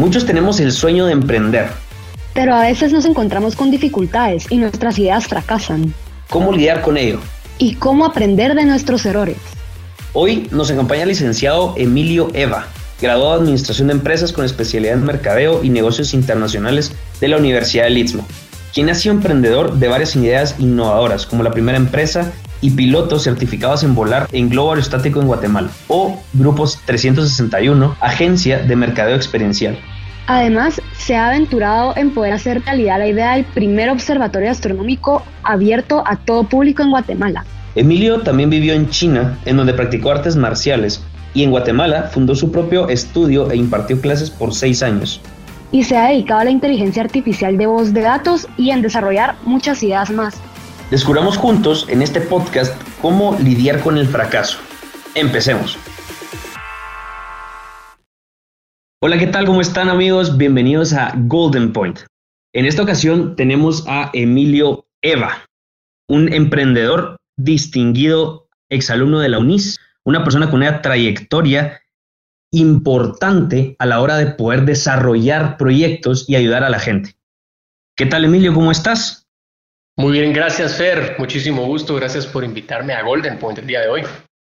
Muchos tenemos el sueño de emprender. Pero a veces nos encontramos con dificultades y nuestras ideas fracasan. ¿Cómo lidiar con ello? ¿Y cómo aprender de nuestros errores? Hoy nos acompaña el licenciado Emilio Eva, graduado de Administración de Empresas con especialidad en Mercadeo y Negocios Internacionales de la Universidad del Istmo, quien ha sido emprendedor de varias ideas innovadoras, como la primera empresa y pilotos certificados en volar en globo aerostático en Guatemala, o Grupos 361, agencia de mercadeo experiencial. Además, se ha aventurado en poder hacer realidad la idea del primer observatorio astronómico abierto a todo público en Guatemala. Emilio también vivió en China, en donde practicó artes marciales, y en Guatemala fundó su propio estudio e impartió clases por 6 años. Y se ha dedicado a la inteligencia artificial de voz de datos y en desarrollar muchas ideas más. Descubramos juntos en este podcast cómo lidiar con el fracaso. Empecemos. Hola, ¿qué tal? ¿Cómo están, amigos? Bienvenidos a Golden Point. En esta ocasión tenemos a Emilio Eva, un emprendedor distinguido, exalumno de la UNIS, una persona con una trayectoria importante a la hora de poder desarrollar proyectos y ayudar a la gente. ¿Qué tal, Emilio? ¿Cómo estás? Muy bien, gracias, Fer. Muchísimo gusto. Gracias por invitarme a Golden Point el día de hoy.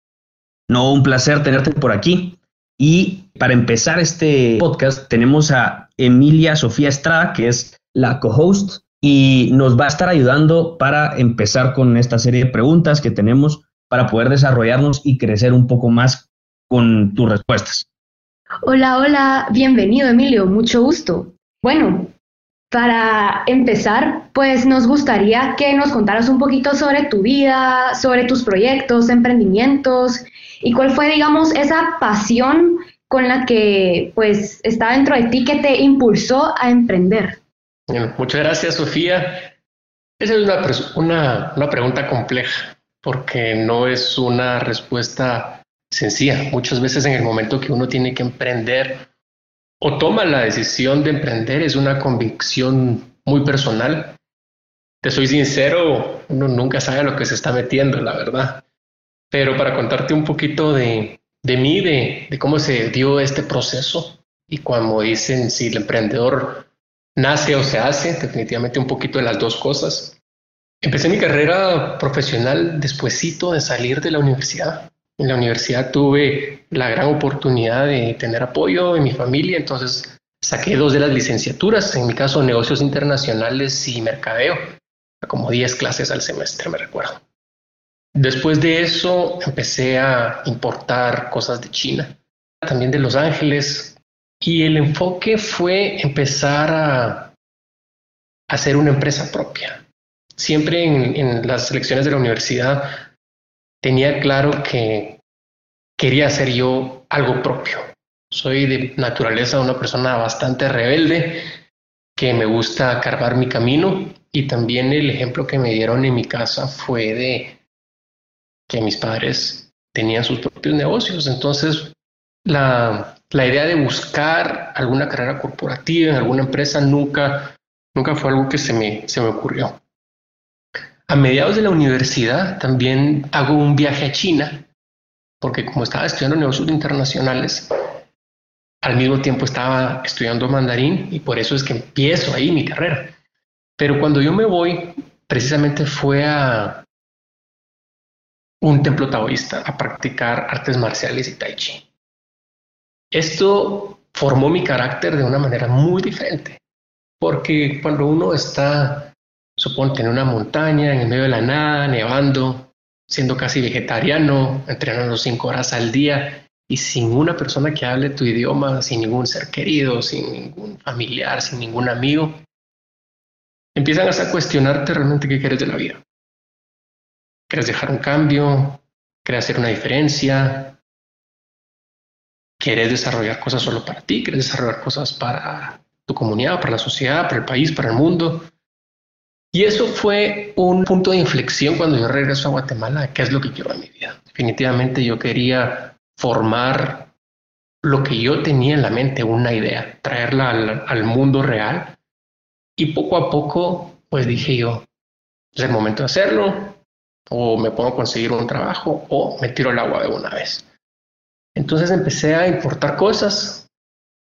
No, un placer tenerte por aquí. Y para empezar este podcast tenemos a Emilia Sofía Estrada, que es la co-host, y nos va a estar ayudando para empezar con esta serie de preguntas que tenemos para poder desarrollarnos y crecer un poco más con tus respuestas. Hola, bienvenido, Emilio, mucho gusto. Bueno, para empezar, pues nos gustaría que nos contaras un poquito sobre tu vida, sobre tus proyectos, emprendimientos y cuál fue, digamos, esa pasión con la que pues está dentro de ti que te impulsó a emprender. Bien, muchas gracias, Sofía. Esa es una pregunta compleja porque no es una respuesta sencilla. Muchas veces en el momento que uno tiene que emprender o toma la decisión de emprender es una convicción muy personal. Te soy sincero, uno nunca sabe a lo que se está metiendo, la verdad. Pero para contarte un poquito de mí, de cómo se dio este proceso, y como dicen, si el emprendedor nace o se hace, definitivamente un poquito de las dos cosas. Empecé mi carrera profesional despuesito de salir de la universidad. En la universidad tuve la gran oportunidad de tener apoyo en mi familia, entonces saqué 2 de las licenciaturas, en mi caso negocios internacionales y mercadeo, como 10 clases al semestre, me recuerdo. Después de eso empecé a importar cosas de China, también de Los Ángeles, y el enfoque fue empezar a hacer una empresa propia. Siempre en las lecciones de la universidad tenía claro que quería hacer yo algo propio. Soy de naturaleza una persona bastante rebelde, que me gusta carvar mi camino, y también el ejemplo que me dieron en mi casa fue de que mis padres tenían sus propios negocios. Entonces, la idea de buscar alguna carrera corporativa en alguna empresa nunca fue algo que se me ocurrió. A mediados de la universidad también hago un viaje a China, porque como estaba estudiando negocios internacionales, al mismo tiempo estaba estudiando mandarín, y por eso es que empiezo ahí mi carrera. Pero cuando yo me voy, precisamente fue a un templo taoísta a practicar artes marciales y tai chi. Esto formó mi carácter de una manera muy diferente, porque cuando uno está, suponte, en una montaña, en el medio de la nada, nevando, siendo casi vegetariano, entrenando 5 horas al día y sin una persona que hable tu idioma, sin ningún ser querido, sin ningún familiar, sin ningún amigo, empiezan a cuestionarte realmente qué quieres de la vida. ¿Quieres dejar un cambio? ¿Quieres hacer una diferencia? ¿Quieres desarrollar cosas solo para ti? ¿Quieres desarrollar cosas para tu comunidad, para la sociedad, para el país, para el mundo? Y eso fue un punto de inflexión cuando yo regreso a Guatemala. ¿Qué es lo que quiero en mi vida? Definitivamente yo quería formar lo que yo tenía en la mente, una idea, traerla al mundo real. Y poco a poco, pues dije yo, es el momento de hacerlo, o me puedo conseguir un trabajo, o me tiro al agua de una vez. Entonces empecé a importar cosas,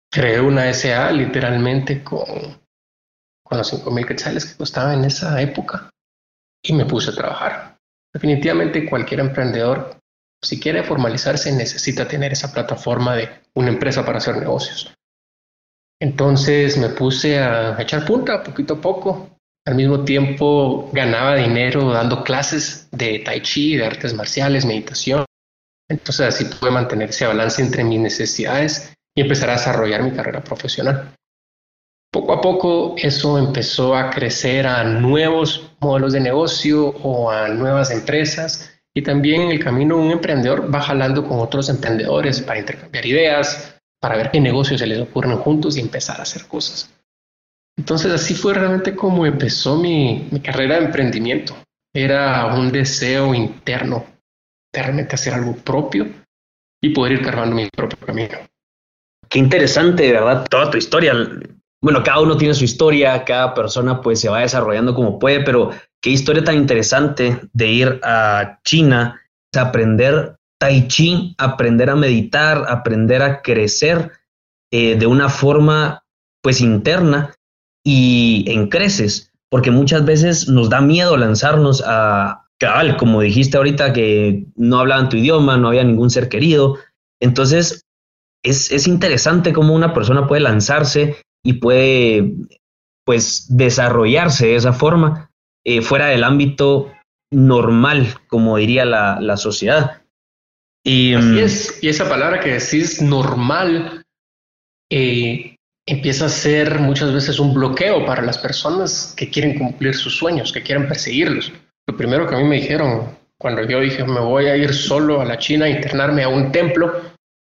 Creé una SA literalmente con los 5,000 quetzales que costaba en esa época y me puse a trabajar. Definitivamente cualquier emprendedor, si quiere formalizarse, necesita tener esa plataforma de una empresa para hacer negocios. Entonces me puse a echar punta poquito a poco. Al mismo tiempo ganaba dinero dando clases de tai chi, de artes marciales, meditación. Entonces así pude mantener ese balance entre mis necesidades y empezar a desarrollar mi carrera profesional. Poco a poco eso empezó a crecer a nuevos modelos de negocio o a nuevas empresas, y también en el camino un emprendedor va jalando con otros emprendedores para intercambiar ideas, para ver qué negocios se les ocurren juntos y empezar a hacer cosas. Entonces así fue realmente como empezó mi carrera de emprendimiento. Era un deseo interno de realmente hacer algo propio y poder ir cargando mi propio camino. Qué interesante, de verdad, toda tu historia. Bueno, cada uno tiene su historia, cada persona pues se va desarrollando como puede, pero qué historia tan interesante de ir a China, a aprender tai chi, aprender a meditar, aprender a crecer de una forma pues interna y en creces, porque muchas veces nos da miedo lanzarnos a, cabal, como dijiste ahorita, que no hablaban tu idioma, no había ningún ser querido. Entonces es interesante cómo una persona puede lanzarse y puede pues desarrollarse de esa forma fuera del ámbito normal, como diría la sociedad. Así es, y esa palabra que decís normal empieza a ser muchas veces un bloqueo para las personas que quieren cumplir sus sueños, que quieren perseguirlos. Lo primero que a mí me dijeron cuando yo dije me voy a ir solo a la China a internarme a un templo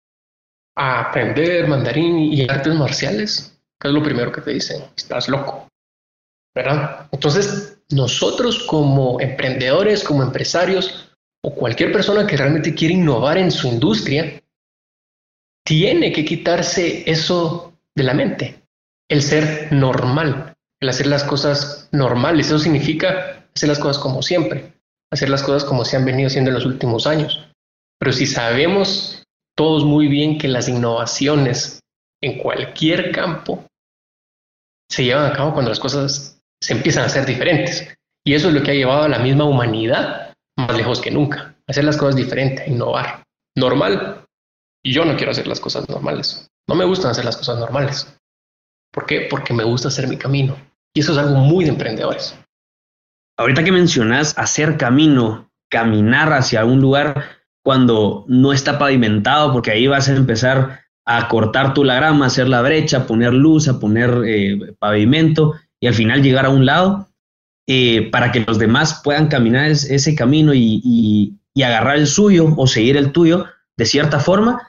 a aprender mandarín y artes marciales, ¿qué es lo primero que te dicen? Estás loco, ¿verdad? Entonces, nosotros como emprendedores, como empresarios, o cualquier persona que realmente quiere innovar en su industria, tiene que quitarse eso de la mente, el ser normal, el hacer las cosas normales. Eso significa hacer las cosas como siempre, hacer las cosas como se han venido haciendo en los últimos años. Pero si sabemos todos muy bien que las innovaciones en cualquier campo se llevan a cabo cuando las cosas se empiezan a hacer diferentes. Y eso es lo que ha llevado a la misma humanidad más lejos que nunca. Hacer las cosas diferentes, innovar. Normal. Y yo no quiero hacer las cosas normales. No me gustan hacer las cosas normales. ¿Por qué? Porque me gusta hacer mi camino. Y eso es algo muy de emprendedores. Ahorita que mencionas hacer camino, caminar hacia un lugar cuando no está pavimentado, porque ahí vas a empezar a cortar tú la grama, hacer la brecha, a poner luz, a poner pavimento y al final llegar a un lado para que los demás puedan caminar ese camino y agarrar el suyo o seguir el tuyo de cierta forma.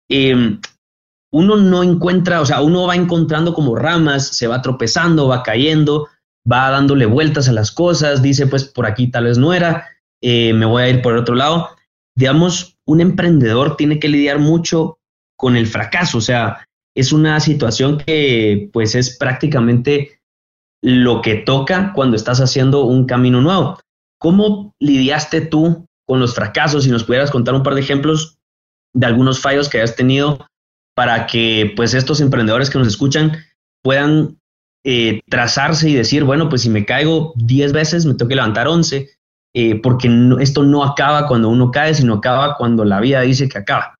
Uno no encuentra, o sea, uno va encontrando como ramas, se va tropezando, va cayendo, va dándole vueltas a las cosas, dice pues por aquí tal vez no era, me voy a ir por el otro lado. Digamos, un emprendedor tiene que lidiar mucho con el fracaso, o sea, es una situación que pues es prácticamente lo que toca cuando estás haciendo un camino nuevo. ¿Cómo lidiaste tú con los fracasos? Si nos pudieras contar un par de ejemplos de algunos fallos que hayas tenido para que pues estos emprendedores que nos escuchan puedan trazarse y decir, bueno, pues si me caigo 10 veces, me tengo que levantar 11, porque esto no acaba cuando uno cae, sino acaba cuando la vida dice que acaba.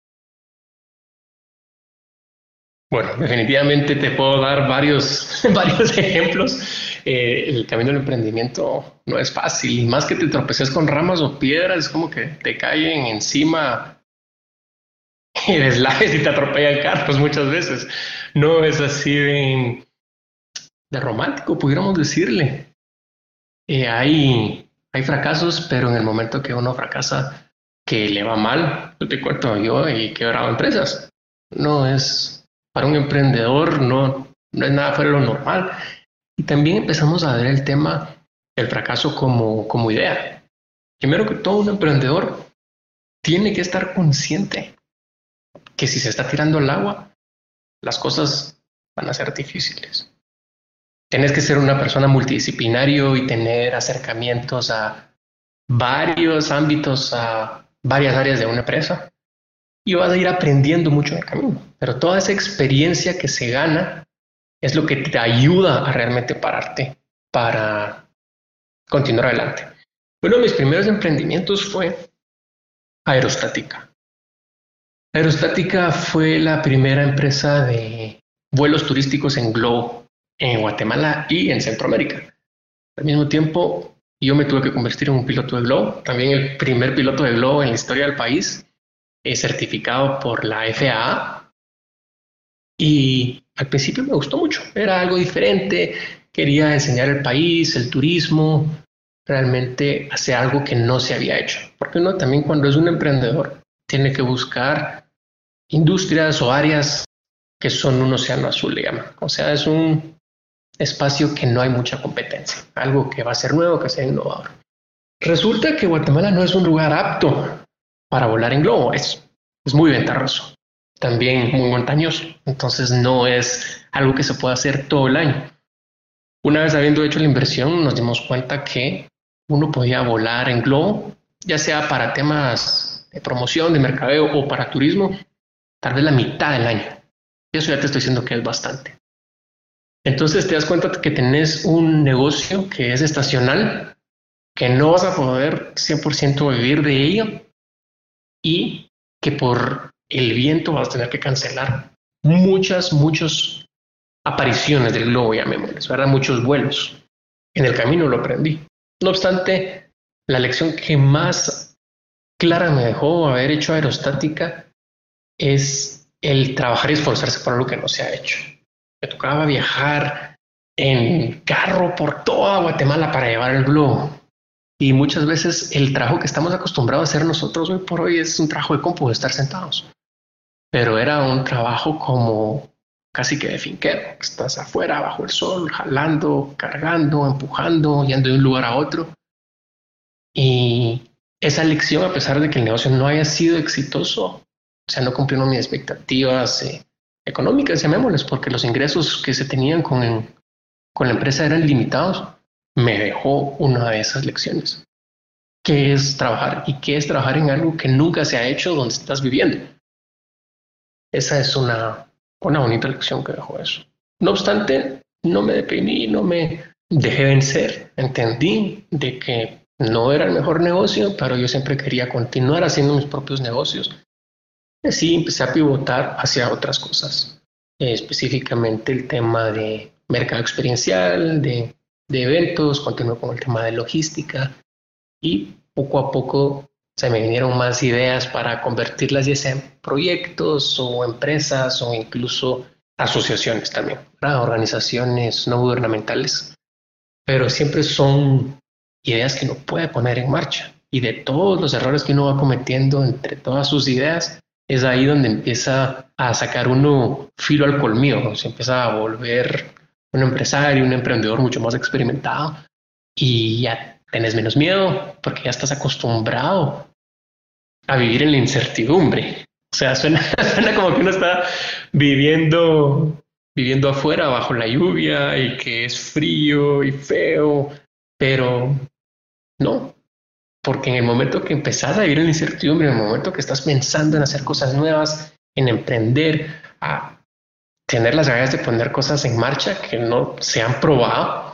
Bueno, definitivamente te puedo dar varios ejemplos. El camino del emprendimiento no es fácil, y más que te tropeces con ramas o piedras, es como que te caen encima y deslaves y te atropellan carros muchas veces. No es así de romántico, pudiéramos decirle. Hay fracasos, pero en el momento que uno fracasa, que le va mal, yo te cuento, yo he quebrado empresas. No es... Para un emprendedor no es nada fuera de lo normal. Y también empezamos a ver el tema del fracaso como idea. Primero que todo, un emprendedor tiene que estar consciente que si se está tirando al agua, las cosas van a ser difíciles. Tienes que ser una persona multidisciplinario y tener acercamientos a varios ámbitos, a varias áreas de una empresa, y vas a ir aprendiendo mucho en el camino. Pero toda esa experiencia que se gana es lo que te ayuda a realmente pararte para continuar adelante. Uno de mis primeros emprendimientos fue Aerostática. Aerostática fue la primera empresa de vuelos turísticos en globo en Guatemala y en Centroamérica. Al mismo tiempo, yo me tuve que convertir en un piloto de globo, también el primer piloto de globo en la historia del país, certificado por la FAA. Y al principio me gustó mucho, era algo diferente, quería enseñar el país, el turismo, realmente hacer algo que no se había hecho. Porque uno también cuando es un emprendedor tiene que buscar industrias o áreas que son un océano azul, le llaman. O sea, es un espacio que no hay mucha competencia, algo que va a ser nuevo, que sea innovador. Resulta que Guatemala no es un lugar apto para volar en globo, es muy ventarroso, también muy montañoso, entonces no es algo que se pueda hacer todo el año. Una vez habiendo hecho la inversión, nos dimos cuenta que uno podía volar en globo, ya sea para temas de promoción, de mercadeo o para turismo, tal vez la mitad del año. Y eso ya te estoy diciendo que es bastante. Entonces te das cuenta que tenés un negocio que es estacional, que no vas a poder 100% vivir de ello y que por el viento vas a tener que cancelar muchas apariciones del globo, llamémosles, ¿verdad? Muchos vuelos. En el camino lo aprendí. No obstante, la lección que más clara me dejó haber hecho Aerostática es el trabajar y esforzarse por algo que no se ha hecho. Me tocaba viajar en carro por toda Guatemala para llevar el globo. Y muchas veces el trabajo que estamos acostumbrados a hacer nosotros hoy por hoy es un trabajo de compu, de estar sentados. Pero era un trabajo como casi que de finquero. Estás afuera, bajo el sol, jalando, cargando, empujando, yendo de un lugar a otro. Y esa lección, a pesar de que el negocio no haya sido exitoso, o sea, no cumplió mis expectativas económicas, llamémosles, porque los ingresos que se tenían con la empresa eran limitados, me dejó una de esas lecciones. ¿Qué es trabajar? ¿Y qué es trabajar en algo que nunca se ha hecho donde estás viviendo? Esa es una bonita lección que dejó eso. No obstante, no me deprimí, no me dejé vencer. Entendí de que no era el mejor negocio, pero yo siempre quería continuar haciendo mis propios negocios. Así empecé a pivotar hacia otras cosas, específicamente el tema de mercado experiencial, de eventos, continué con el tema de logística y poco a poco se me vinieron más ideas para convertirlas ya sea en proyectos o empresas o incluso asociaciones también, ¿verdad? Organizaciones no gubernamentales, pero siempre son ideas que uno puede poner en marcha y de todos los errores que uno va cometiendo entre todas sus ideas, es ahí donde empieza a sacar uno filo al colmillo, se empieza a volver un empresario, un emprendedor mucho más experimentado y ya tenés menos miedo porque ya estás acostumbrado a vivir en la incertidumbre. O sea, suena como que uno está viviendo afuera bajo la lluvia y que es frío y feo, pero no. Porque en el momento que empezás a vivir en la incertidumbre, en el momento que estás pensando en hacer cosas nuevas, en emprender, a tener las ganas de poner cosas en marcha que no se han probado,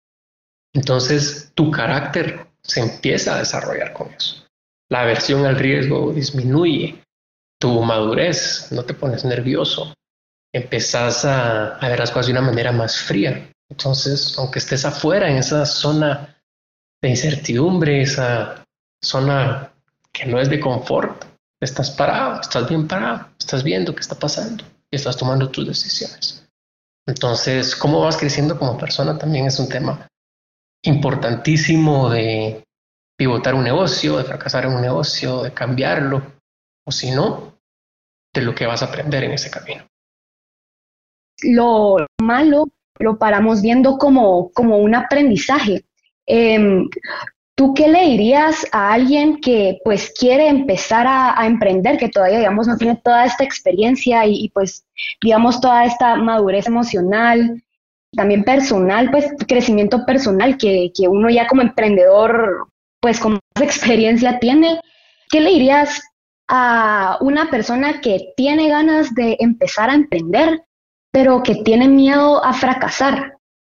entonces tu carácter se empieza a desarrollar con eso. La aversión al riesgo disminuye, tu madurez, no te pones nervioso, empezás a ver las cosas de una manera más fría. Entonces, aunque estés afuera en esa zona de incertidumbre, esa zona que no es de confort, estás parado, estás bien parado, estás viendo qué está pasando y estás tomando tus decisiones. Entonces, cómo vas creciendo como persona también es un tema importantísimo de pivotar un negocio, de fracasar en un negocio, de cambiarlo, o si no, de lo que vas a aprender en ese camino. Lo malo lo paramos viendo como un aprendizaje. ¿Tú qué le dirías a alguien que pues quiere empezar a emprender, que todavía digamos no tiene toda esta experiencia y pues digamos toda esta madurez emocional, también personal, pues crecimiento personal que uno ya como emprendedor pues con más experiencia tiene? ¿Qué le dirías a una persona que tiene ganas de empezar a emprender, pero que tiene miedo a fracasar?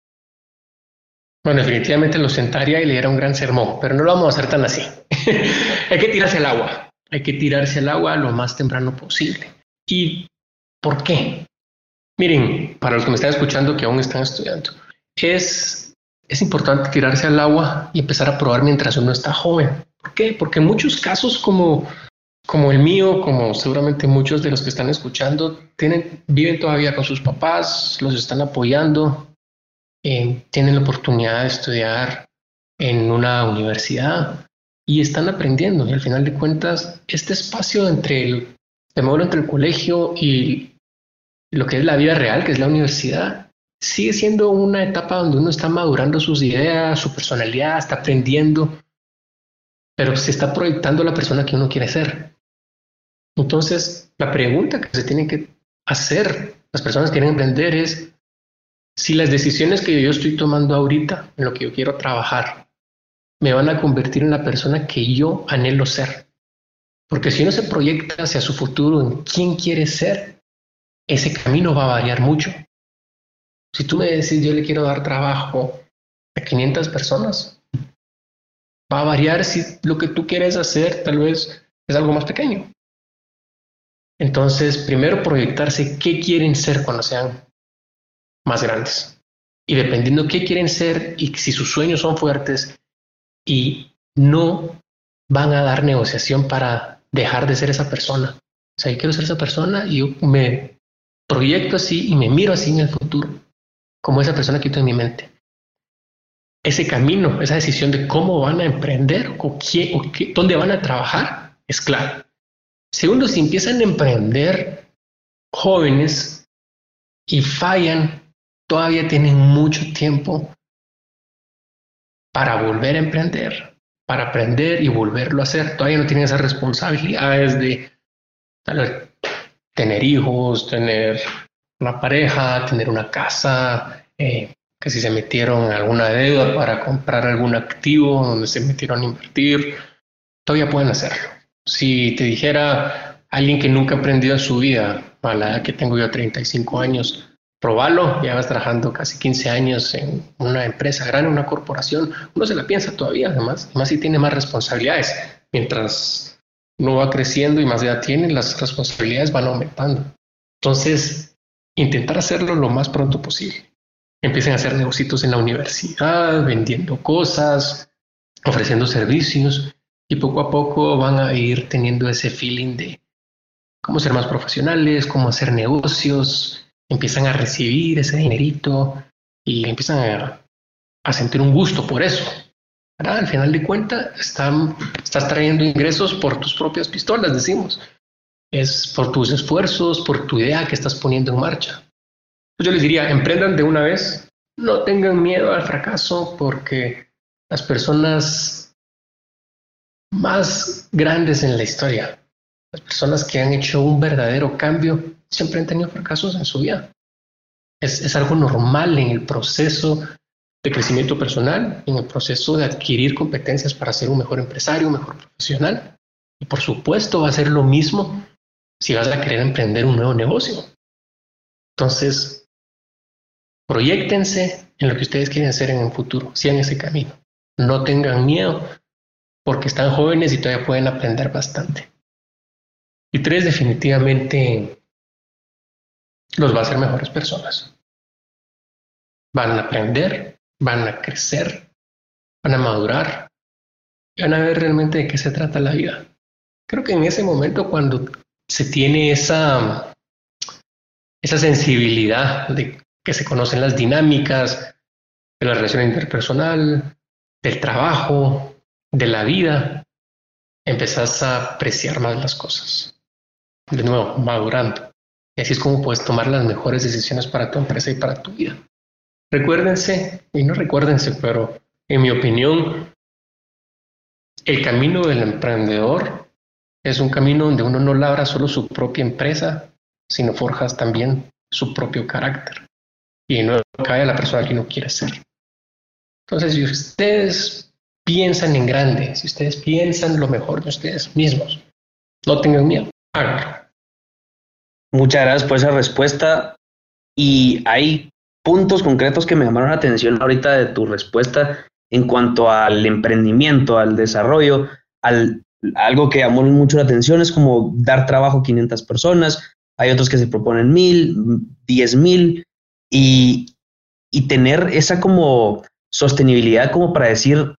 Bueno, definitivamente lo sentaría y le diera un gran sermón, pero no lo vamos a hacer tan así. Hay que tirarse al agua. Hay que tirarse al agua lo más temprano posible. ¿Y por qué? Miren, para los que me están escuchando que aún están estudiando, es importante tirarse al agua y empezar a probar mientras uno está joven. ¿Por qué? Porque en muchos casos como el mío, como seguramente muchos de los que están escuchando, viven todavía con sus papás, los están apoyando, tienen la oportunidad de estudiar en una universidad y están aprendiendo. Y al final de cuentas, este espacio entre el colegio y lo que es la vida real, que es la universidad, sigue siendo una etapa donde uno está madurando sus ideas, su personalidad, está aprendiendo, pero se está proyectando la persona que uno quiere ser. Entonces, la pregunta que se tienen que hacer las personas que quieren emprender es si las decisiones que yo estoy tomando ahorita, en lo que yo quiero trabajar, me van a convertir en la persona que yo anhelo ser. Porque si uno se proyecta hacia su futuro en quién quiere ser, ese camino va a variar mucho. Si tú me decís, yo le quiero dar trabajo a 500 personas, va a variar si lo que tú quieres hacer tal vez es algo más pequeño. Entonces, primero proyectarse qué quieren ser cuando sean más grandes. Y dependiendo qué quieren ser y si sus sueños son fuertes y no van a dar negociación para dejar de ser esa persona. O sea, yo quiero ser esa persona y yo me proyecto así y me miro así en el futuro, como esa persona que yo tengo en mi mente. Ese camino, esa decisión de cómo van a emprender dónde van a trabajar, es clave. Segundo, si empiezan a emprender jóvenes y fallan, todavía tienen mucho tiempo para volver a emprender, para aprender y volverlo a hacer. Todavía no tienen esas responsabilidades de tener hijos, tener una pareja, tener una casa, que si se metieron en alguna deuda para comprar algún activo donde se metieron a invertir, todavía pueden hacerlo. Si te dijera alguien que nunca ha aprendido en su vida, a la edad que tengo yo 35 años, probalo, ya vas trabajando casi 15 años en una empresa grande, una corporación, uno se la piensa todavía, además si tiene más responsabilidades. Mientras uno va creciendo y más edad tiene, las responsabilidades van aumentando. Entonces, intentar hacerlo lo más pronto posible. Empiecen a hacer negocios en la universidad, vendiendo cosas, ofreciendo servicios, y poco a poco van a ir teniendo ese feeling de cómo ser más profesionales, cómo hacer negocios, empiezan a recibir ese dinerito y empiezan a sentir un gusto por eso. Ahora, al final de cuentas, estás trayendo ingresos por tus propias pistolas, decimos. Es por tus esfuerzos, por tu idea que estás poniendo en marcha. Yo les diría, emprendan de una vez, no tengan miedo al fracaso, porque las personas más grandes en la historia, las personas que han hecho un verdadero cambio, siempre han tenido fracasos en su vida. Es algo normal en el proceso de crecimiento personal, en el proceso de adquirir competencias para ser un mejor empresario, un mejor profesional. Y por supuesto va a ser lo mismo si vas a querer emprender un nuevo negocio. Entonces, proyéctense en lo que ustedes quieren hacer en el futuro, sigan ese camino. No tengan miedo, porque están jóvenes y todavía pueden aprender bastante. Y 3, definitivamente los va a hacer mejores personas. Van a aprender, van a crecer, van a madurar y van a ver realmente de qué se trata la vida. Creo que en ese momento, cuando se tiene esa sensibilidad de que se conocen las dinámicas de la relación interpersonal, del trabajo, de la vida, empezás a apreciar más las cosas. De nuevo, madurando. Y así es como puedes tomar las mejores decisiones para tu empresa y para tu vida. Recuérdense, y no recuérdense, pero en mi opinión, el camino del emprendedor es un camino donde uno no labra solo su propia empresa, sino forjas también su propio carácter. Y no cae a la persona que uno quiere ser. Entonces, si ustedes piensan en grande, si ustedes piensan lo mejor de ustedes mismos, No tengan miedo, háganlo. Muchas gracias por esa respuesta. Y hay puntos concretos que me llamaron la atención ahorita de tu respuesta en cuanto al emprendimiento, al desarrollo, algo que llamó mucho la atención es como dar trabajo a 500 personas. Hay otros que se proponen 1000, 10,000 y tener esa como sostenibilidad como para decir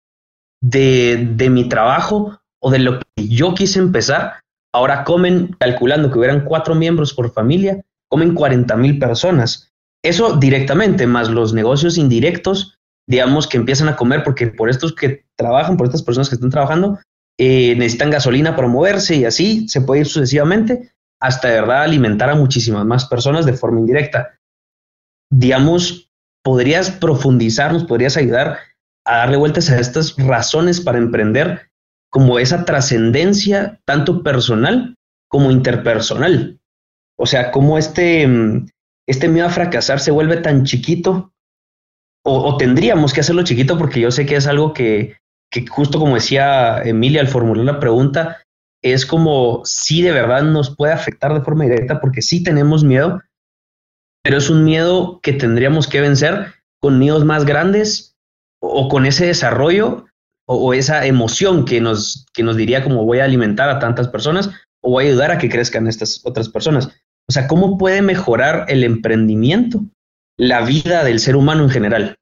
de mi trabajo o de lo que yo quise empezar. Ahora comen, calculando que hubieran 4 miembros por familia, comen 40,000 personas. Eso directamente, más los negocios indirectos, digamos, que empiezan a comer porque por estos que trabajan, por estas personas que están trabajando, necesitan gasolina para moverse y así se puede ir sucesivamente hasta de verdad alimentar a muchísimas más personas de forma indirecta. Digamos, ¿podrías profundizarnos, podrías ayudar a darle vueltas a estas razones para emprender, como esa trascendencia tanto personal como interpersonal? O sea, cómo este miedo a fracasar se vuelve tan chiquito, o tendríamos que hacerlo chiquito, porque yo sé que es algo que justo como decía Emilia al formular la pregunta, es como si de verdad nos puede afectar de forma directa, porque sí tenemos miedo, pero es un miedo que tendríamos que vencer con miedos más grandes o con ese desarrollo o esa emoción que nos diría como voy a alimentar a tantas personas o voy a ayudar a que crezcan estas otras personas. O sea, ¿cómo puede mejorar el emprendimiento la vida del ser humano en general?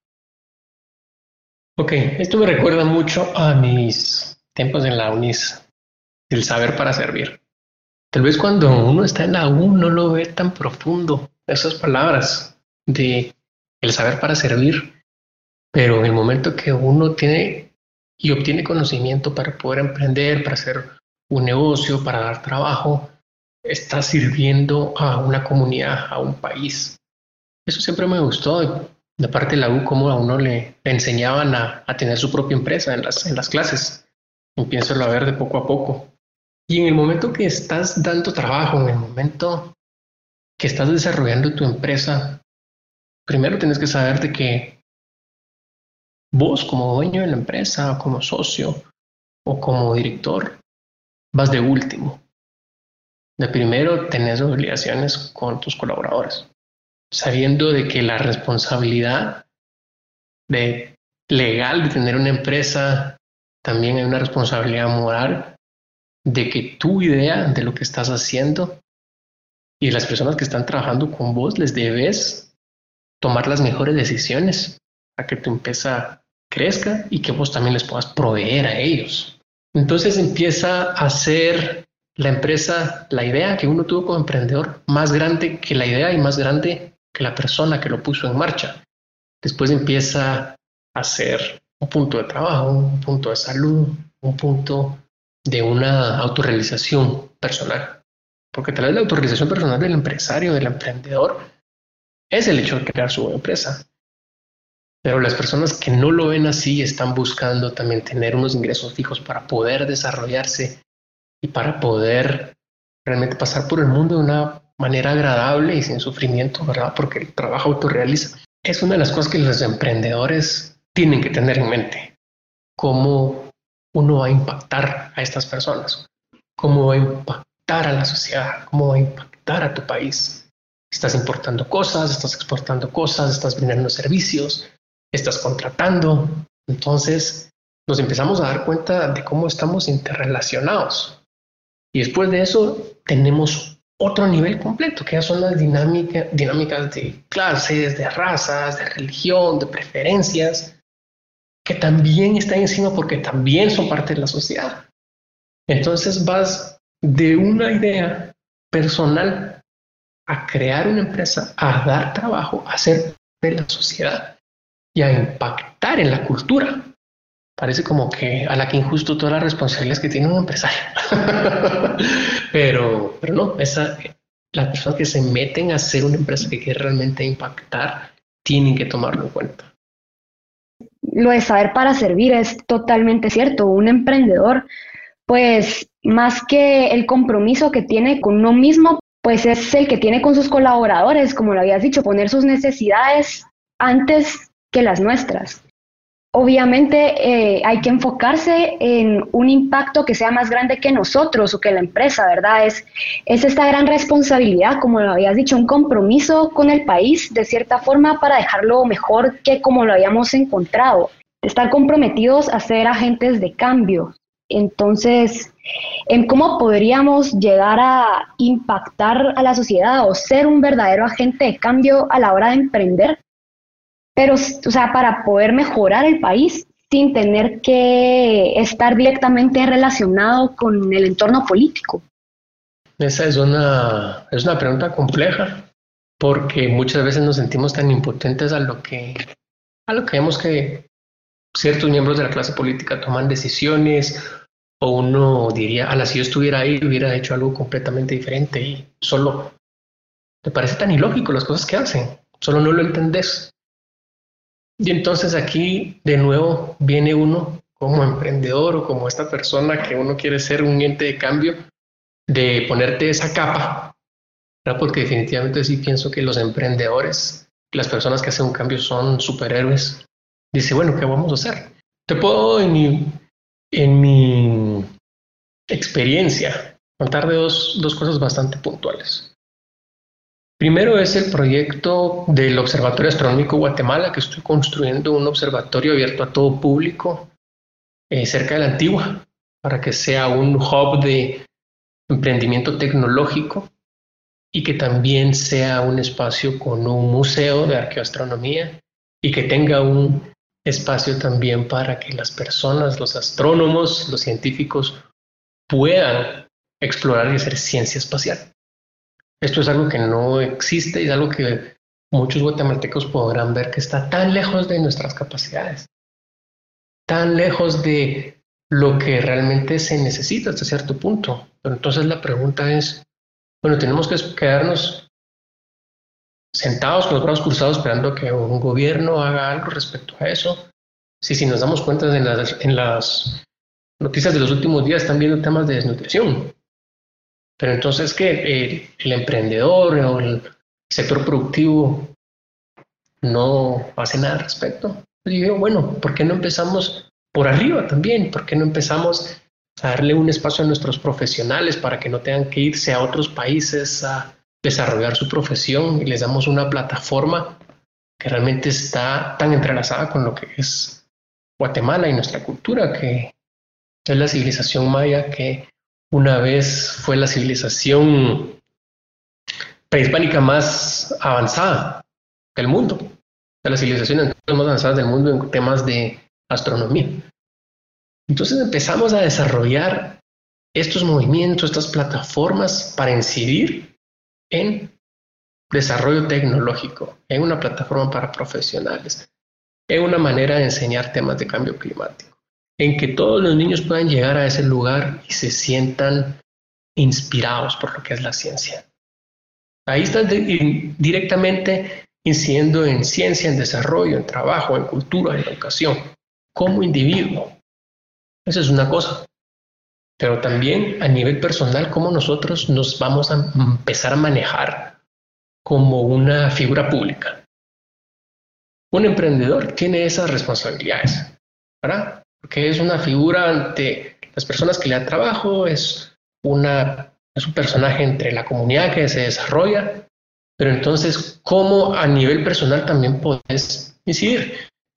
Ok, esto me recuerda mucho a mis tiempos en la UNIS, el saber para servir. Tal vez cuando uno está en la U no lo ve tan profundo, esas palabras de el saber para servir, pero en el momento que uno tiene y obtiene conocimiento para poder emprender, para hacer un negocio, para dar trabajo, está sirviendo a una comunidad, a un país. Eso siempre me gustó de parte de la U, cómo a uno le enseñaban a tener su propia empresa en las clases. Empiézalo a ver de poco a poco. Y en el momento que estás dando trabajo, en el momento que estás desarrollando tu empresa, primero tienes que saber de que vos como dueño de la empresa, o como socio, o como director, vas de último. De primero tenés obligaciones con tus colaboradores, sabiendo de que la responsabilidad legal de tener una empresa, también hay una responsabilidad moral de que tu idea de lo que estás haciendo y las personas que están trabajando con vos les debes tomar las mejores decisiones para que tu empresa crezca y que vos también les puedas proveer a ellos. Entonces empieza a ser la empresa, la idea que uno tuvo como emprendedor, más grande que la idea y más grande que la persona que lo puso en marcha. Después empieza a ser un punto de trabajo, un punto de salud, un punto de una autorrealización personal. Porque tal vez la autorrealización personal del empresario, del emprendedor, es el hecho de crear su empresa. Pero las personas que no lo ven así están buscando también tener unos ingresos fijos para poder desarrollarse y para poder realmente pasar por el mundo de una manera agradable y sin sufrimiento, ¿verdad? Porque el trabajo autorrealiza. Es una de las cosas que los emprendedores tienen que tener en mente. Cómo uno va a impactar a estas personas, cómo va a impactar a la sociedad, cómo va a impactar a tu país. Estás importando cosas, estás exportando cosas, estás brindando servicios, estás contratando. Entonces nos empezamos a dar cuenta de cómo estamos interrelacionados. Y después de eso tenemos otro nivel completo, que ya son las dinámicas de clases, de razas, de religión, de preferencias, que también están encima porque también son parte de la sociedad. Entonces vas de una idea personal a crear una empresa, a dar trabajo, a ser de la sociedad y a impactar en la cultura. Parece como que a la que injusto todas las responsabilidades que tiene un empresario. pero no, las personas que se meten a hacer una empresa que quiere realmente impactar tienen que tomarlo en cuenta. Lo de saber para servir es totalmente cierto. Un emprendedor, pues más que el compromiso que tiene con uno mismo, pues es el que tiene con sus colaboradores, como lo habías dicho, poner sus necesidades antes que las nuestras. obviamente hay que enfocarse en un impacto que sea más grande que nosotros o que la empresa, ¿verdad? Es esta gran responsabilidad, como lo habías dicho, un compromiso con el país, de cierta forma, para dejarlo mejor que como lo habíamos encontrado. Estar comprometidos a ser agentes de cambio. Entonces, ¿en cómo podríamos llegar a impactar a la sociedad o ser un verdadero agente de cambio a la hora de emprender? Pero, o sea, para poder mejorar el país sin tener que estar directamente relacionado con el entorno político. Esa es una pregunta compleja, porque muchas veces nos sentimos tan impotentes a lo que vemos que ciertos miembros de la clase política toman decisiones, o uno diría, si yo estuviera ahí, hubiera hecho algo completamente diferente, y solo te parece tan ilógico las cosas que hacen, solo no lo entendés. Y entonces aquí de nuevo viene uno como emprendedor o como esta persona que uno quiere ser un ente de cambio, de ponerte esa capa, ¿verdad? Porque definitivamente sí pienso que los emprendedores, las personas que hacen un cambio son superhéroes. Dice, bueno, ¿qué vamos a hacer? Te puedo en mi experiencia contar de dos cosas bastante puntuales. Primero es el proyecto del Observatorio Astronómico Guatemala, que estoy construyendo un observatorio abierto a todo público cerca de la Antigua, para que sea un hub de emprendimiento tecnológico y que también sea un espacio con un museo de arqueoastronomía y que tenga un espacio también para que las personas, los astrónomos, los científicos puedan explorar y hacer ciencia espacial. Esto es algo que no existe y es algo que muchos guatemaltecos podrán ver que está tan lejos de nuestras capacidades, tan lejos de lo que realmente se necesita hasta cierto punto. Pero entonces la pregunta es, bueno, tenemos que quedarnos sentados con los brazos cruzados esperando que un gobierno haga algo respecto a eso. Si nos damos cuenta en las noticias de los últimos días están viendo temas de desnutrición. Pero entonces, ¿qué? El emprendedor o el sector productivo no hace nada al respecto. Yo digo, bueno, ¿por qué no empezamos por arriba también? ¿Por qué no empezamos a darle un espacio a nuestros profesionales para que no tengan que irse a otros países a desarrollar su profesión y les damos una plataforma que realmente está tan entrelazada con lo que es Guatemala y nuestra cultura, que es la civilización maya, que una vez fue la civilización prehispánica más avanzada del mundo, de las civilizaciones más avanzadas del mundo en temas de astronomía. Entonces empezamos a desarrollar estos movimientos, estas plataformas para incidir en desarrollo tecnológico, en una plataforma para profesionales, en una manera de enseñar temas de cambio climático, en que todos los niños puedan llegar a ese lugar y se sientan inspirados por lo que es la ciencia. Ahí estás directamente incidiendo en ciencia, en desarrollo, en trabajo, en cultura, en educación, como individuo. Esa es una cosa. Pero también a nivel personal, cómo nosotros nos vamos a empezar a manejar como una figura pública. Un emprendedor tiene esas responsabilidades, ¿verdad? Porque es una figura ante las personas que le dan trabajo, es un personaje entre la comunidad que se desarrolla, pero entonces, ¿cómo a nivel personal también puedes incidir?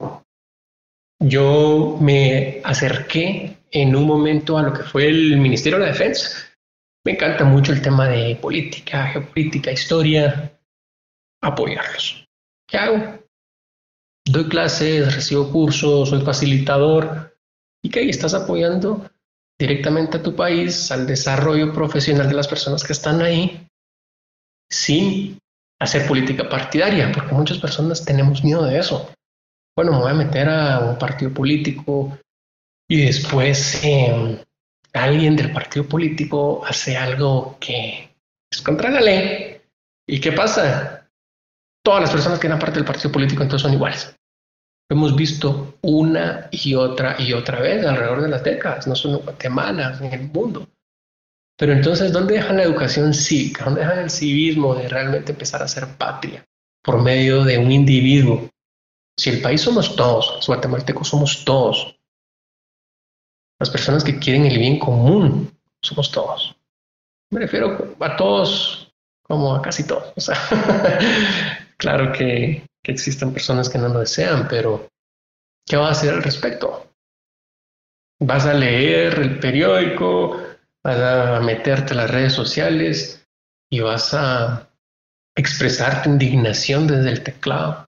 Yo me acerqué en un momento a lo que fue el Ministerio de la Defensa. Me encanta mucho el tema de política, geopolítica, historia, apoyarlos. ¿Qué hago? Doy clases, recibo cursos, soy facilitador. ¿Y qué? Estás apoyando directamente a tu país, al desarrollo profesional de las personas que están ahí, sin hacer política partidaria, porque muchas personas tenemos miedo de eso. Bueno, me voy a meter a un partido político y después alguien del partido político hace algo que es contra la ley. ¿Y qué pasa? Todas las personas que eran parte del partido político entonces son iguales. Lo hemos visto una y otra vez alrededor de las décadas, no solo en Guatemala, en el mundo. Pero entonces, ¿dónde dejan la educación cívica? ¿Dónde dejan el civismo de realmente empezar a hacer patria por medio de un individuo Si el país somos todos, los guatemaltecos somos todos, las personas que quieren el bien común somos todos. Me refiero a todos como a casi todos. O sea, claro que existen personas que no lo desean, pero ¿qué vas a hacer al respecto? ¿Vas a leer el periódico? ¿Vas a meterte en las redes sociales y vas a expresar tu indignación desde el teclado?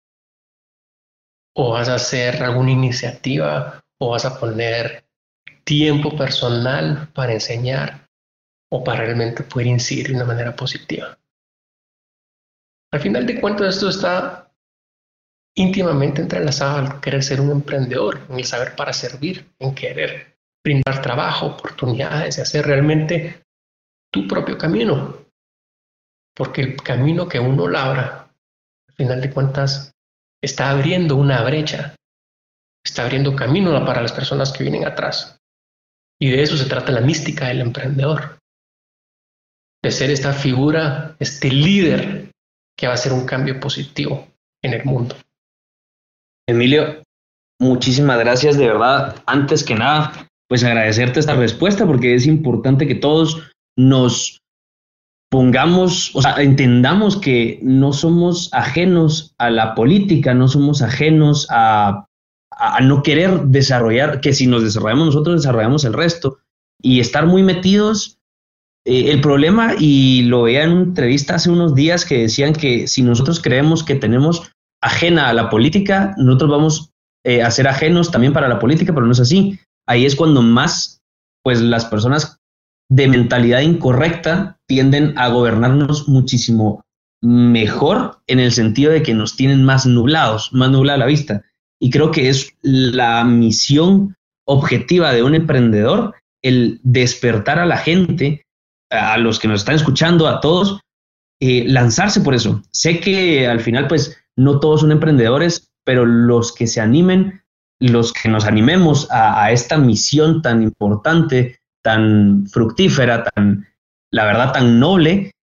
¿O vas a hacer alguna iniciativa? ¿O vas a poner tiempo personal para enseñar o para realmente poder incidir de una manera positiva? Al final de cuentas, esto está íntimamente entrelazado al querer ser un emprendedor, en el saber para servir, en querer brindar trabajo, oportunidades, y hacer realmente tu propio camino. Porque el camino que uno labra, al final de cuentas, está abriendo una brecha, está abriendo camino para las personas que vienen atrás. Y de eso se trata la mística del emprendedor, de ser esta figura, este líder que va a hacer un cambio positivo en el mundo. Emilio, muchísimas gracias, de verdad. Antes que nada, pues agradecerte esta respuesta porque es importante que todos nos pongamos, o sea, entendamos que no somos ajenos a la política, no somos ajenos a no querer desarrollar, que si nos desarrollamos nosotros, desarrollamos el resto, y estar muy metidos. El problema, y lo veía en una entrevista hace unos días, que decían que si nosotros creemos que tenemos ajena a la política, nosotros vamos a ser ajenos también para la política, pero no es así. Ahí es cuando más, pues, las personas de mentalidad incorrecta tienden a gobernarnos muchísimo mejor, en el sentido de que nos tienen más nublados, más nublada la vista. Y creo que es la misión objetiva de un emprendedor, el despertar a la gente, a los que nos están escuchando, a todos, lanzarse por eso. Sé que al final, pues, no todos son emprendedores, pero los que se animen, los que nos animemos a esta misión tan importante, tan fructífera, la verdad, tan noble,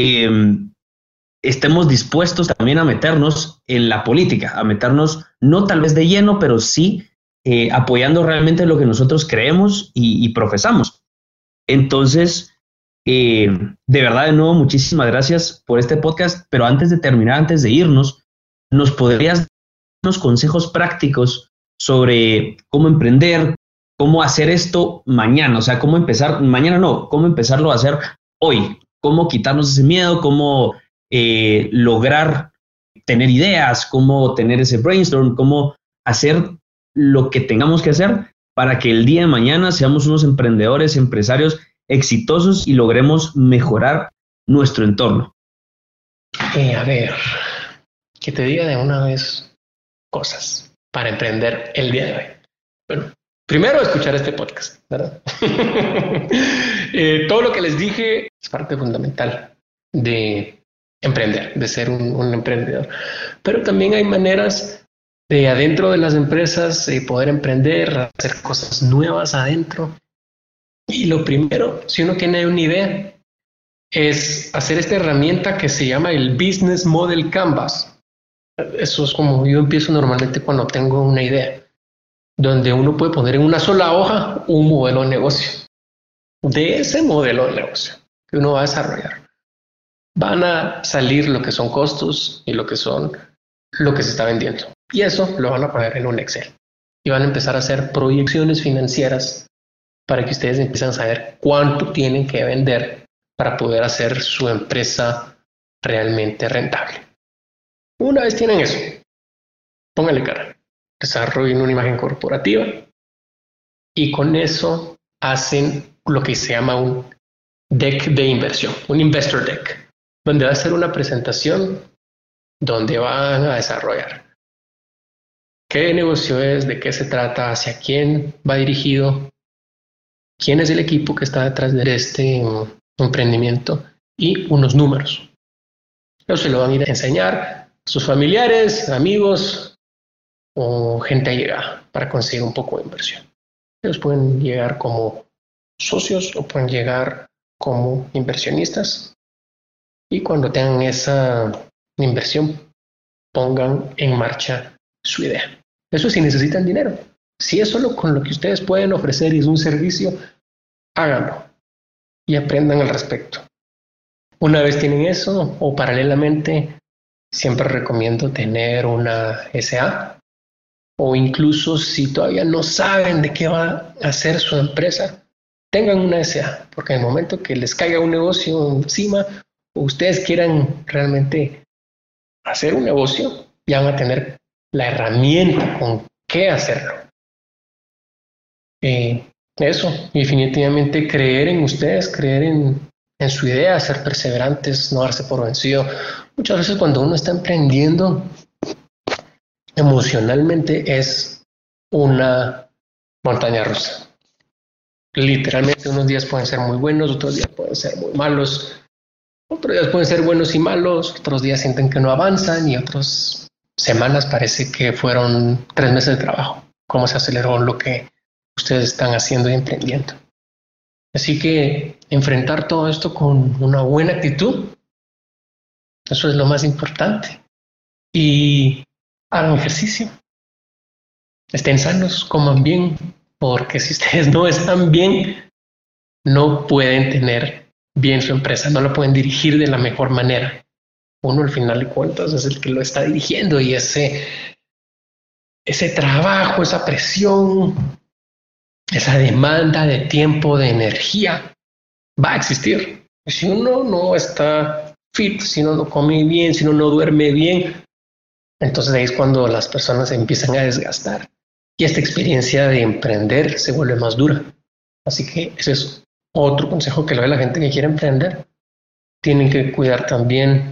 estemos dispuestos también a meternos en la política, a meternos no tal vez de lleno, pero sí apoyando realmente lo que nosotros creemos y profesamos. Entonces, de verdad, de nuevo, muchísimas gracias por este podcast, pero antes de terminar, antes de irnos, ¿nos podrías dar unos consejos prácticos sobre cómo emprender, cómo hacer esto mañana? O sea, cómo empezar, mañana no, cómo empezarlo a hacer hoy, cómo quitarnos ese miedo, cómo lograr tener ideas, cómo tener ese brainstorm, cómo hacer lo que tengamos que hacer para que el día de mañana seamos unos emprendedores, empresarios exitosos y logremos mejorar nuestro entorno. A ver, que te diga de una vez cosas para emprender el día de hoy. Bueno, primero escuchar este podcast, ¿verdad? Todo lo que les dije es parte fundamental de emprender, de ser un emprendedor. Pero también hay maneras de adentro de las empresas poder emprender, hacer cosas nuevas adentro. Y lo primero, si uno tiene una idea, es hacer esta herramienta que se llama el Business Model Canvas. Eso es como yo empiezo normalmente cuando tengo una idea, donde uno puede poner en una sola hoja un modelo de negocio. De ese modelo de negocio que uno va a desarrollar, van a salir lo que son costos y lo que se está vendiendo. Y eso lo van a poner en un Excel. Y van a empezar a hacer proyecciones financieras para que ustedes empiecen a saber cuánto tienen que vender para poder hacer su empresa realmente rentable. Una vez tienen eso, pónganle cara, desarrollen una imagen corporativa y con eso hacen lo que se llama un deck de inversión, un investor deck, donde va a ser una presentación donde van a desarrollar qué negocio es, de qué se trata, hacia quién va dirigido, quién es el equipo que está detrás de este emprendimiento y unos números. Eso se lo van a ir a enseñar a sus familiares, amigos o gente allegada para conseguir un poco de inversión. Ellos pueden llegar como socios o pueden llegar como inversionistas y cuando tengan esa inversión pongan en marcha su idea. Eso si necesitan dinero. Si es solo con lo que ustedes pueden ofrecer y es un servicio, háganlo y aprendan al respecto. Una vez tienen eso, o paralelamente, siempre recomiendo tener una SA, o incluso si todavía no saben de qué va a hacer su empresa, tengan una SA, porque en el momento que les caiga un negocio encima, o ustedes quieran realmente hacer un negocio, ya van a tener la herramienta con qué hacerlo. Eso, definitivamente creer en ustedes, creer en su idea, ser perseverantes, no darse por vencido. Muchas veces cuando uno está emprendiendo, emocionalmente es una montaña rusa. Literalmente unos días pueden ser muy buenos, otros días pueden ser muy malos, otros días pueden ser buenos y malos, otros días sienten que no avanzan y otras semanas parece que fueron 3 meses de trabajo. Cómo se aceleró lo que ustedes están haciendo y emprendiendo. Así que enfrentar todo esto con una buena actitud, eso es lo más importante. Y hagan ejercicio, estén sanos, coman bien, porque si ustedes no están bien, no pueden tener bien su empresa, no la pueden dirigir de la mejor manera. Uno al final de cuentas es el que lo está dirigiendo y ese trabajo, esa presión, esa demanda de tiempo, de energía, va a existir. Si uno no está fit, si uno no come bien, si uno no duerme bien, entonces ahí es cuando las personas se empiezan a desgastar y esta experiencia de emprender se vuelve más dura. Así que ese es otro consejo que le doy a la gente que quiere emprender. Tienen que cuidar también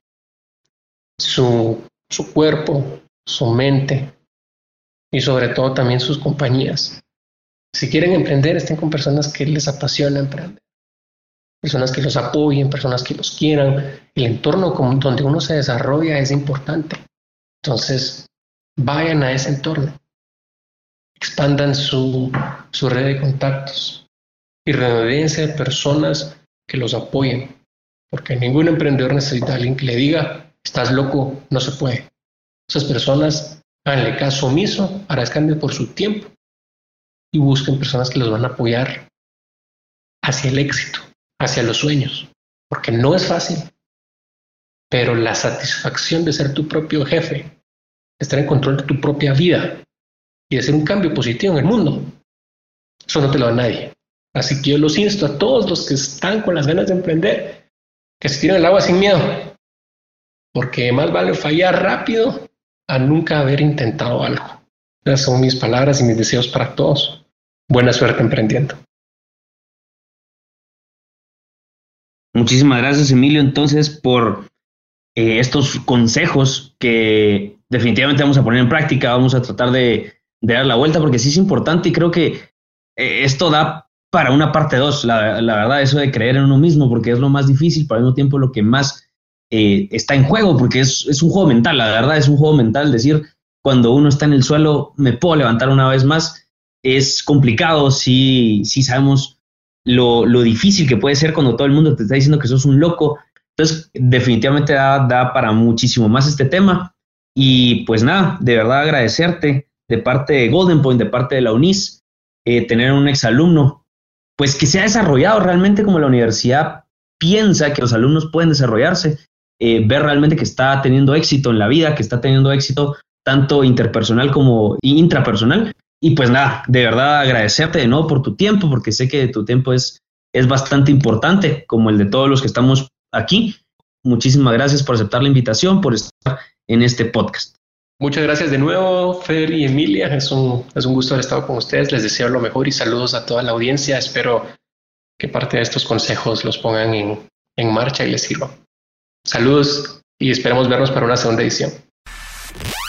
su cuerpo, su mente y sobre todo también sus compañías. Si quieren emprender, estén con personas que les apasiona emprender, personas que los apoyen, personas que los quieran. El entorno donde uno se desarrolla es importante. Entonces, vayan a ese entorno, expandan su red de contactos y rodéense de personas que los apoyen, porque ningún emprendedor necesita a alguien que le diga, estás loco, no se puede. Esas personas, háganle caso omiso, agradezcanle por su tiempo y busquen personas que los van a apoyar hacia el éxito, hacia los sueños, porque no es fácil, pero la satisfacción de ser tu propio jefe, de estar en control de tu propia vida y de hacer un cambio positivo en el mundo, eso no te lo da nadie. Así que yo los insto a todos los que están con las ganas de emprender, que se tiren al agua sin miedo, porque más vale fallar rápido a nunca haber intentado algo. Esas son mis palabras y mis deseos para todos. Buena suerte emprendiendo. Muchísimas gracias, Emilio, entonces, por estos consejos que definitivamente vamos a poner en práctica. Vamos a tratar de dar la vuelta porque sí es importante y creo que esto da para una parte 2, la verdad, eso de creer en uno mismo, porque es lo más difícil, pero al mismo tiempo lo que más está en juego, porque es un juego mental, la verdad, es un juego mental. Decir, cuando uno está en el suelo, me puedo levantar una vez más, es complicado si sabemos lo difícil que puede ser cuando todo el mundo te está diciendo que sos un loco. Entonces, definitivamente da para muchísimo más este tema. Y pues nada, de verdad agradecerte de parte de Golden Point, de parte de la UNIS, tener un exalumno, pues que se ha desarrollado realmente como la universidad piensa que los alumnos pueden desarrollarse, ver realmente que está teniendo éxito en la vida, que está teniendo éxito tanto interpersonal como intrapersonal. Y pues nada, de verdad agradecerte de nuevo por tu tiempo, porque sé que tu tiempo es bastante importante, como el de todos los que estamos aquí. Muchísimas gracias por aceptar la invitación, por estar en este podcast. Muchas gracias de nuevo, Fer y Emilia. Es un gusto haber estado con ustedes. Les deseo lo mejor y saludos a toda la audiencia. Espero que parte de estos consejos los pongan en marcha y les sirvan. Saludos y esperamos vernos para una segunda edición.